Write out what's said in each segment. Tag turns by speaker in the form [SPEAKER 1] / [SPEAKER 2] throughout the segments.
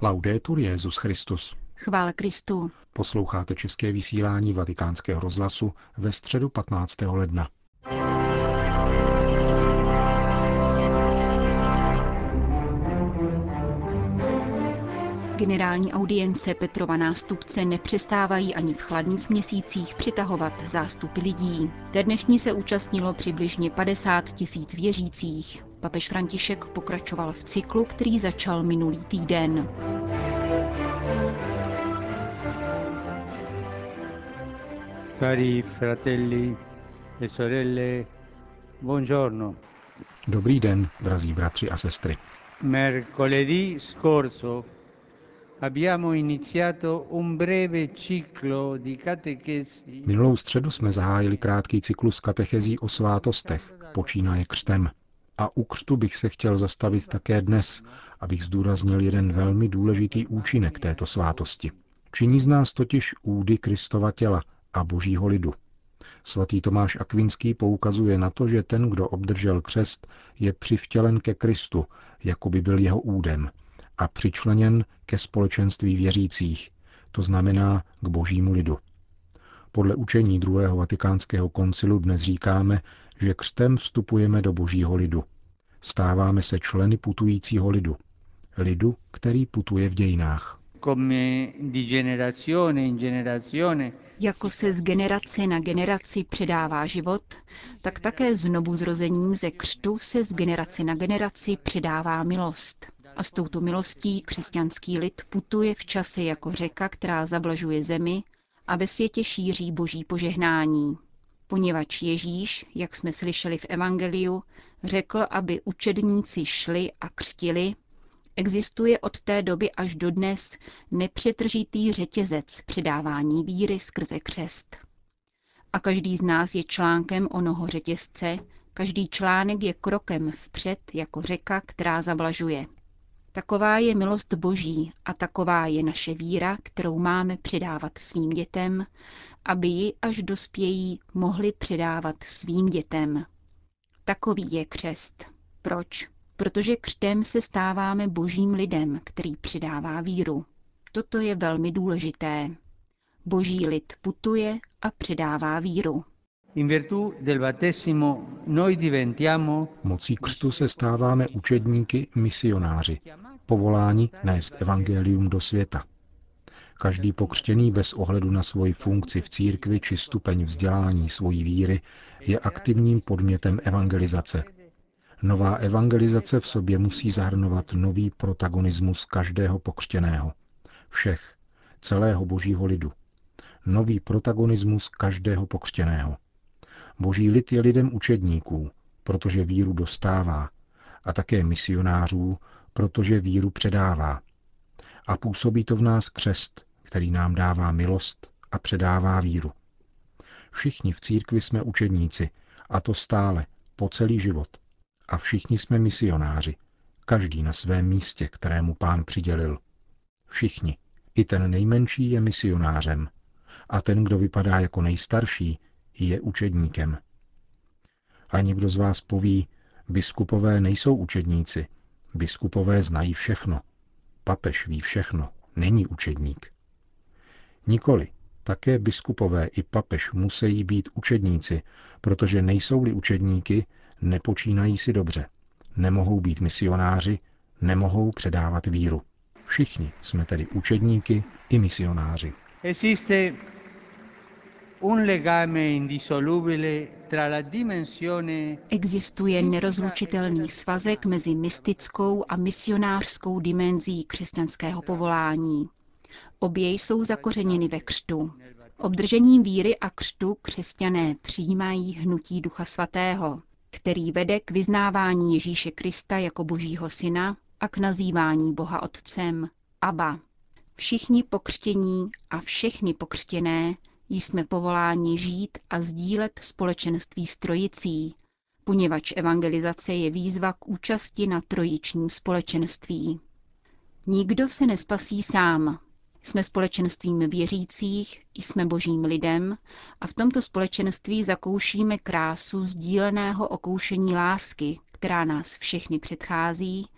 [SPEAKER 1] Laudetur Jesus Christus.
[SPEAKER 2] Chvála Kristu.
[SPEAKER 1] Posloucháte české vysílání Vatikánského rozhlasu ve středu 15. ledna.
[SPEAKER 2] Generální audience Petrova nástupce nepřestávají ani v chladných měsících přitahovat zástupy lidí. Té dnešní se účastnilo přibližně 50 000 věřících. Papež František pokračoval v cyklu, který začal minulý týden.
[SPEAKER 3] Cari fratelli e sorelle, buongiorno.
[SPEAKER 1] Dobrý den, drazí bratři a sestry.
[SPEAKER 3] Mercoledì scorso abbiamo iniziato un breve ciclo di catechesi.
[SPEAKER 1] Minulou středu jsme zahájili krátký cyklus katechezí o svátostech, počínaje křtem. A u křtu bych se chtěl zastavit také dnes, abych zdůraznil jeden velmi důležitý účinek této svátosti. Činí z nás totiž údy Kristova těla a božího lidu. Svatý Tomáš Akvinský poukazuje na to, že ten, kdo obdržel křest, je přivtělen ke Kristu, jako by byl jeho údem, a přičleněn ke společenství věřících, to znamená k božímu lidu. Podle učení druhého vatikánského koncilu dnes říkáme, že křtem vstupujeme do božího lidu. Stáváme se členy putujícího lidu. Lidu, který putuje v dějinách.
[SPEAKER 2] Jako se z generace na generaci předává život, tak také znovuzrozením ze křtu se z generace na generaci předává milost. A s touto milostí křesťanský lid putuje v čase jako řeka, která zablažuje zemi a ve světě šíří boží požehnání. Poněvadž Ježíš, jak jsme slyšeli v evangeliu, řekl, aby učedníci šli a křtili, existuje od té doby až dodnes nepřetržitý řetězec předávání víry skrze křest. A každý z nás je článkem onoho řetězce, každý článek je krokem vpřed jako řeka, která zablažuje. Taková je milost Boží a taková je naše víra, kterou máme předávat svým dětem, aby ji, až dospějí, mohli předávat svým dětem. Takový je křest. Proč? Protože křtem se stáváme božím lidem, který předává víru. Toto je velmi důležité. Boží lid putuje a předává víru.
[SPEAKER 1] Mocí křtu se stáváme učedníky, misionáři, povoláni nést evangelium do světa. Každý pokřtěný bez ohledu na svoji funkci v církvi či stupeň vzdělání svojí víry je aktivním podmětem evangelizace. Nová evangelizace v sobě musí zahrnovat nový protagonismus každého pokřtěného. Všech, celého božího lidu. Nový protagonismus každého pokřtěného. Boží lid je lidem učedníků, protože víru dostává, a také misionářů, protože víru předává. A působí to v nás křest, který nám dává milost a předává víru. Všichni v církvi jsme učedníci, a to stále, po celý život. A všichni jsme misionáři, každý na svém místě, kterému Pán přidělil. Všichni, i ten nejmenší je misionářem, a ten, kdo vypadá jako nejstarší, je učedníkem. A někdo z vás poví, biskupové nejsou učedníci, biskupové znají všechno. Papež ví všechno, není učedník. Nikoli, také biskupové i papež musí být učedníci, protože nejsou-li učedníky, nepočínají si dobře. Nemohou být misionáři, nemohou předávat víru. Všichni jsme tedy učedníky i misionáři.
[SPEAKER 2] Existuje nerozlučitelný svazek mezi mystickou a misionářskou dimenzí křesťanského povolání. Obě jsou zakořeněny ve křtu. Obdržením víry a křtu křesťané přijímají hnutí Ducha Svatého, který vede k vyznávání Ježíše Krista jako Božího syna a k nazývání Boha Otcem Abba. Všichni pokřtění a všechny pokřtěné jsme povoláni žít a sdílet společenství s Trojicí, poněvadž evangelizace je výzva k účasti na trojičním společenství. Nikdo se nespasí sám. Jsme společenstvím věřících, jsme božím lidem a v tomto společenství zakoušíme krásu sdíleného okoušení lásky, která nás všechny předchází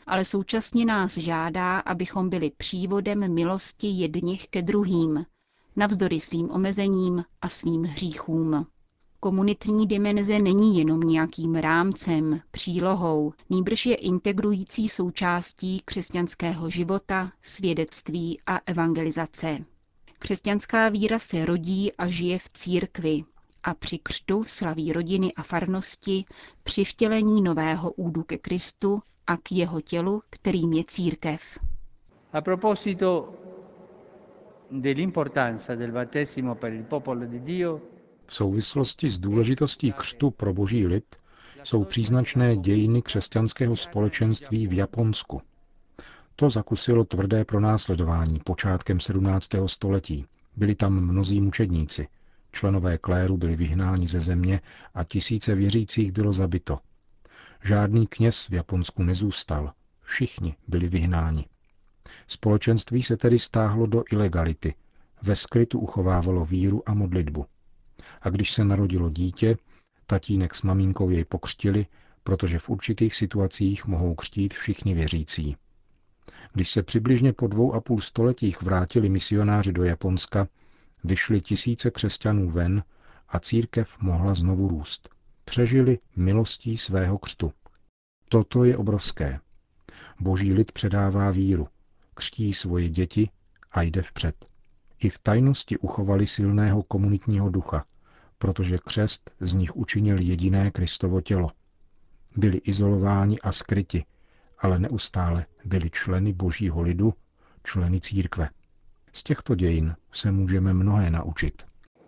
[SPEAKER 2] ale současně nás žádá, abychom byli přívodem milosti jedněch ke druhým, navzdory svým omezením a svým hříchům. Komunitní dimenze není jenom nějakým rámcem, přílohou, nýbrž je integrující součástí křesťanského života, svědectví a evangelizace. Křesťanská víra se rodí a žije v církvi a při křtu slaví rodiny a farnosti při vtělení nového údu ke Kristu a k jeho tělu, kterým je církev.
[SPEAKER 3] A proposito dell'importanza del battesimo per il popolo di Dio,
[SPEAKER 1] v souvislosti s důležitostí křtu pro boží lid jsou příznačné dějiny křesťanského společenství v Japonsku. To zakusilo tvrdé pronásledování počátkem 17. století. Byli tam mnozí mučedníci. Členové kléru byli vyhnáni ze země a tisíce věřících bylo zabito. Žádný kněz v Japonsku nezůstal. Všichni byli vyhnáni. Společenství se tedy stáhlo do ilegality. Ve skrytu uchovávalo víru a modlitbu. A když se narodilo dítě, tatínek s maminkou jej pokřtili, protože v určitých situacích mohou křtít všichni věřící. Když se přibližně po 2,5 stoletích vrátili misionáři do Japonska, vyšli tisíce křesťanů ven a církev mohla znovu růst. Přežili milostí svého křtu. Toto je obrovské. Boží lid předává víru, křtí svoje děti a jde vpřed. I v tajnosti uchovali silného komunitního ducha, protože křest z nich učinil jediné Kristovo tělo. Byli izolováni a skryti, ale neustále byli členy božího lidu, členy církve. Z těchto dějin se můžeme mnohé naučit.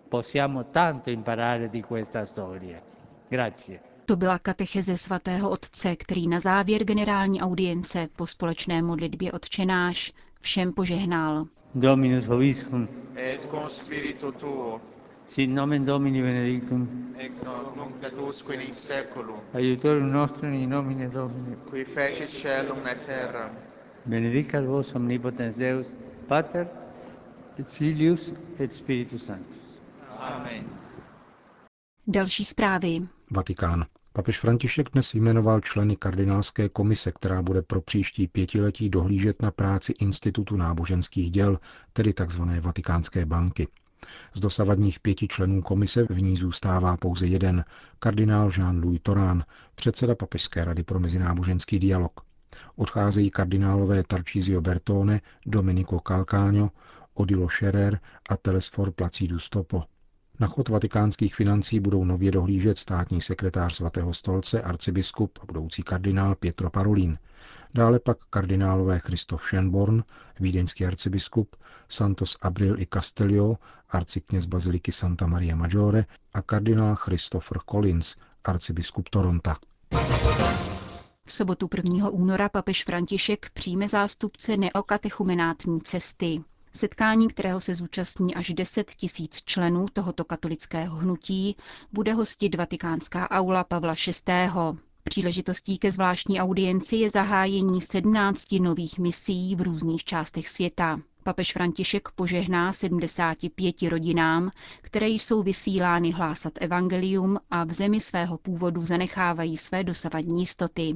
[SPEAKER 2] To byla katecheze svatého otce, který na závěr generální audience po společné modlitbě Otčenáš všem požehnal.
[SPEAKER 3] Dominus vobiscum,
[SPEAKER 4] et con spiritu tuo,
[SPEAKER 3] sit nomen Domini benedictum,
[SPEAKER 4] ex nunc et usque in seculum,
[SPEAKER 3] aiutorium nostrum in nomine Domini,
[SPEAKER 4] qui fecit caelum et terram.
[SPEAKER 3] benedicat vos omnipotens Deus, Pater et Filius et Spiritus Sanctus.
[SPEAKER 4] Amen.
[SPEAKER 2] Další zprávy.
[SPEAKER 1] Vatikán. Papež František dnes jmenoval členy kardinálské komise, která bude pro příští 5letí dohlížet na práci Institutu náboženských děl, tedy tzv. Vatikánské banky. Z dosavadních 5 členů komise v ní zůstává pouze jeden, kardinál Jean-Louis Torán, předseda Papežské rady pro mezináboženský dialog. Odcházejí kardinálové Tarcisio Bertone, Domenico Calcagno, Odilo Scherer a Telesfor Placidus Topo. Na chod vatikánských financí budou nově dohlížet státní sekretář Svatého stolce, arcibiskup a budoucí kardinál Pietro Parolin. Dále pak kardinálové Christoph Schönborn, vídeňský arcibiskup, Santos Abril i Castellio, arcikněz baziliky Santa Maria Maggiore a kardinál Christopher Collins, arcibiskup Toronta.
[SPEAKER 2] V sobotu 1. února papež František přijme zástupce neokatechumenátní cesty. Setkání, kterého se zúčastní až 10 000 členů tohoto katolického hnutí, bude hostit vatikánská aula Pavla VI. Příležitostí ke zvláštní audienci je zahájení 17 nových misií v různých částech světa. Papež František požehná 75 rodinám, které jsou vysílány hlásat evangelium a v zemi svého původu zanechávají své dosavadní jistoty.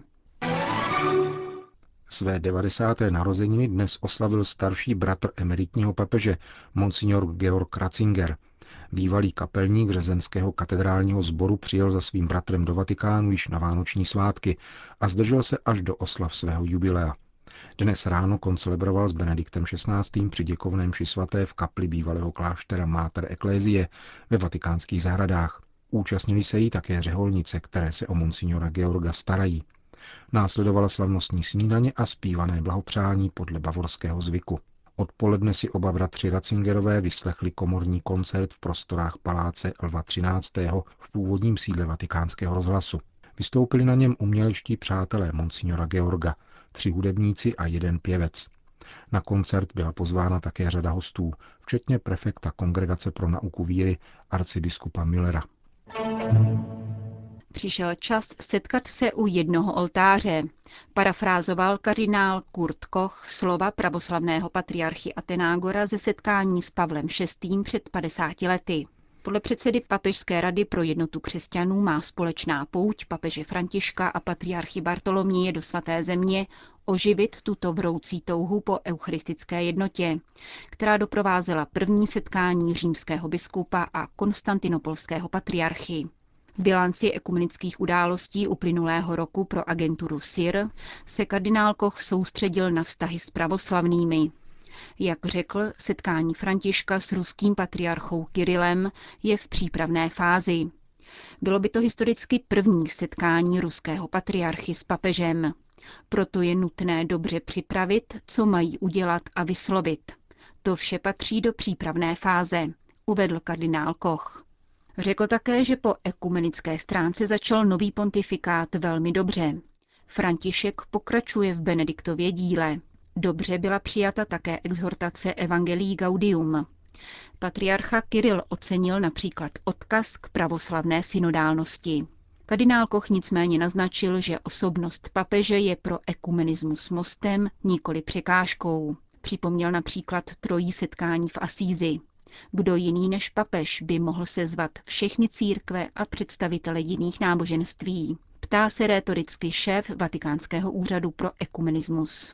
[SPEAKER 1] Své 90. narozeniny dnes oslavil starší bratr emeritního papeže, monsignor Georg Ratzinger. Bývalý kapelník řezenského katedrálního sboru přijel za svým bratrem do Vatikánu již na vánoční svátky a zdržel se až do oslav svého jubilea. Dnes ráno koncelebroval s Benediktem XVI. Při děkovném mši svaté v kapli bývalého kláštera Mater Ecclesiae ve vatikánských zahradách. Účastnili se jí také řeholnice, které se o monsignora Georga starají. Následovala slavnostní snídaně a zpívané blahopřání podle bavorského zvyku. Odpoledne si oba bratři Ratzingerové vyslechli komorní koncert v prostorách paláce Lva XIII. V původním sídle vatikánského rozhlasu. Vystoupili na něm umělečtí přátelé monsignora Georga, 3 hudebníci a 1 pěvec. Na koncert byla pozvána také řada hostů, včetně prefekta Kongregace pro nauku víry arcibiskupa Müllera.
[SPEAKER 2] Přišel čas setkat se u jednoho oltáře. Parafrázoval kardinál Kurt Koch slova pravoslavného patriarchy Athenágora ze setkání s Pavlem VI. Před 50 lety. Podle předsedy Papežské rady pro jednotu křesťanů má společná pouť papeže Františka a patriarchy Bartoloměje do svaté země oživit tuto vroucí touhu po eucharistické jednotě, která doprovázela první setkání římského biskupa a konstantinopolského patriarchy. V bilanci ekumenických událostí uplynulého roku pro agenturu SIR se kardinál Koch soustředil na vztahy s pravoslavnými. Jak řekl, setkání Františka s ruským patriarchou Kirilem je v přípravné fázi. Bylo by to historicky první setkání ruského patriarchy s papežem. Proto je nutné dobře připravit, co mají udělat a vyslovit. To vše patří do přípravné fáze, uvedl kardinál Koch. Řekl také, že po ekumenické stránce začal nový pontifikát velmi dobře. František pokračuje v Benediktově díle. Dobře byla přijata také exhortace Evangelii Gaudium. Patriarcha Kiril ocenil například odkaz k pravoslavné synodálnosti. Kardinál Koch nicméně naznačil, že osobnost papeže je pro ekumenismus mostem, nikoli překážkou. Připomněl například trojí setkání v Asízi. Kdo jiný než papež by mohl sezvat všechny církve a představitele jiných náboženství? Ptá se rétoricky šéf Vatikánského úřadu pro ekumenismus.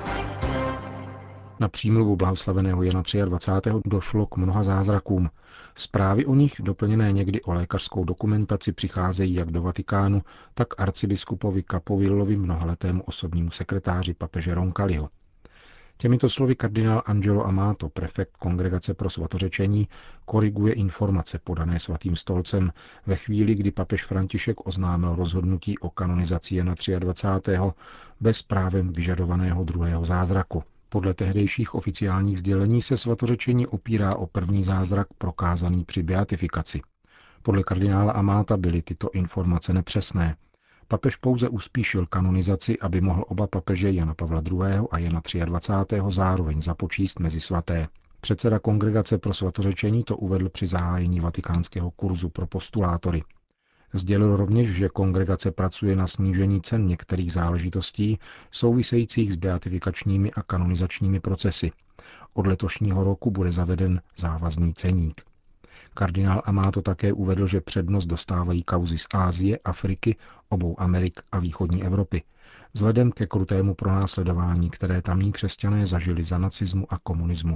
[SPEAKER 1] Na přímluvu blahoslaveného Jana 23. došlo k mnoha zázrakům. Zprávy o nich, doplněné někdy o lékařskou dokumentaci, přicházejí jak do Vatikánu, tak arcibiskupovi Capovillovi, mnohaletému osobnímu sekretáři papeže Roncalliho. Těmito slovy kardinál Angelo Amato, prefekt Kongregace pro svatořečení, koriguje informace podané svatým stolcem ve chvíli, kdy papež František oznámil rozhodnutí o kanonizaci Jana 23. bez právem vyžadovaného druhého zázraku. Podle tehdejších oficiálních sdělení se svatořečení opírá o první zázrak prokázaný při beatifikaci. Podle kardinála Amáta byly tyto informace nepřesné. Papež pouze uspíšil kanonizaci, aby mohl oba papeže Jana Pavla II. A Jana 23. zároveň započíst mezi svaté. Předseda Kongregace pro svatořečení to uvedl při zahájení vatikánského kurzu pro postulátory. Sdělil rovněž, že kongregace pracuje na snížení cen některých záležitostí souvisejících s beatifikačními a kanonizačními procesy. Od letošního roku bude zaveden závazný ceník. Kardinál Amato také uvedl, že přednost dostávají kauzy z Asie, Afriky, obou Amerik a východní Evropy, vzhledem ke krutému pronásledování, které tamní křesťané zažili za nacismu a komunismu.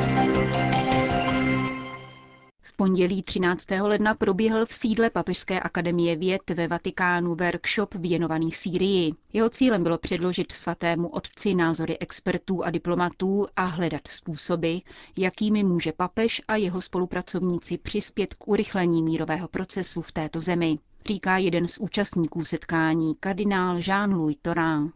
[SPEAKER 2] V pondělí 13. ledna proběhl v sídle Papežské akademie věd ve Vatikánu workshop věnovaný Sýrii. Jeho cílem bylo předložit svatému otci názory expertů a diplomatů a hledat způsoby, jakými může papež a jeho spolupracovníci přispět k urychlení mírového procesu v této zemi, říká jeden z účastníků setkání, kardinál Jean-Louis Taurin.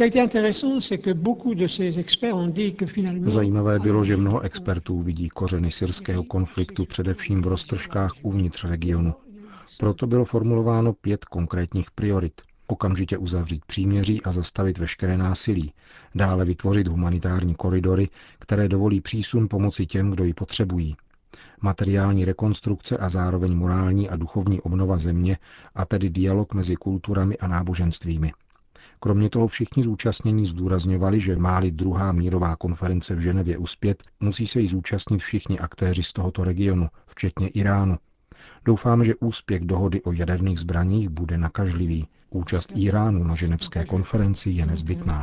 [SPEAKER 1] Zajímavé bylo, že mnoho expertů vidí kořeny syrského konfliktu především v roztržkách uvnitř regionu. Proto bylo formulováno 5 konkrétních priorit. Okamžitě uzavřít příměří a zastavit veškeré násilí. Dále vytvořit humanitární koridory, které dovolí přísun pomoci těm, kdo ji potřebují. Materiální rekonstrukce a zároveň morální a duchovní obnova země, a tedy dialog mezi kulturami a náboženstvími. Kromě toho všichni zúčastnění zdůrazňovali, že má-li druhá mírová konference v Ženevě uspět, musí se jí zúčastnit všichni aktéři z tohoto regionu, včetně Iránu. Doufáme, že úspěch dohody o jaderných zbraních bude nakažlivý. Účast Iránu na ženevské konferenci je nezbytná.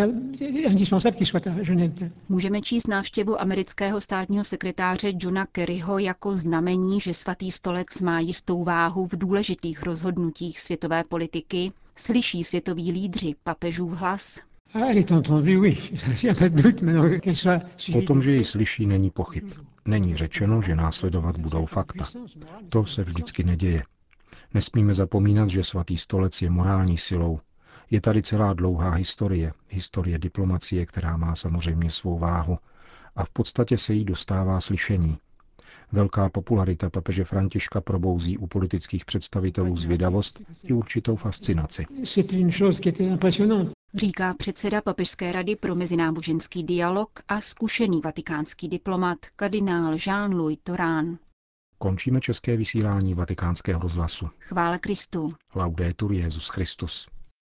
[SPEAKER 2] Můžeme číst návštěvu amerického státního sekretáře Johna Kerryho jako znamení, že svatý stolec má jistou váhu v důležitých rozhodnutích světové politiky, slyší světoví lídři papežův hlas.
[SPEAKER 1] O tom, že ji slyší, není pochyb. Není řečeno, že následovat budou fakta. To se vždycky neděje. Nesmíme zapomínat, že svatý stolec je morální silou. Je tady celá dlouhá historie diplomacie, která má samozřejmě svou váhu. A v podstatě se jí dostává slyšení. Velká popularita papeže Františka probouzí u politických představitelů zvědavost i určitou fascinaci.
[SPEAKER 2] Říká předseda Papežské rady pro mezináboženský dialog a zkušený vatikánský diplomat kardinál Jean-Louis Taurin.
[SPEAKER 1] Končíme české vysílání Vatikánského rozhlasu.
[SPEAKER 2] Chvála Kristu.
[SPEAKER 1] Laudetur Jesus Christus.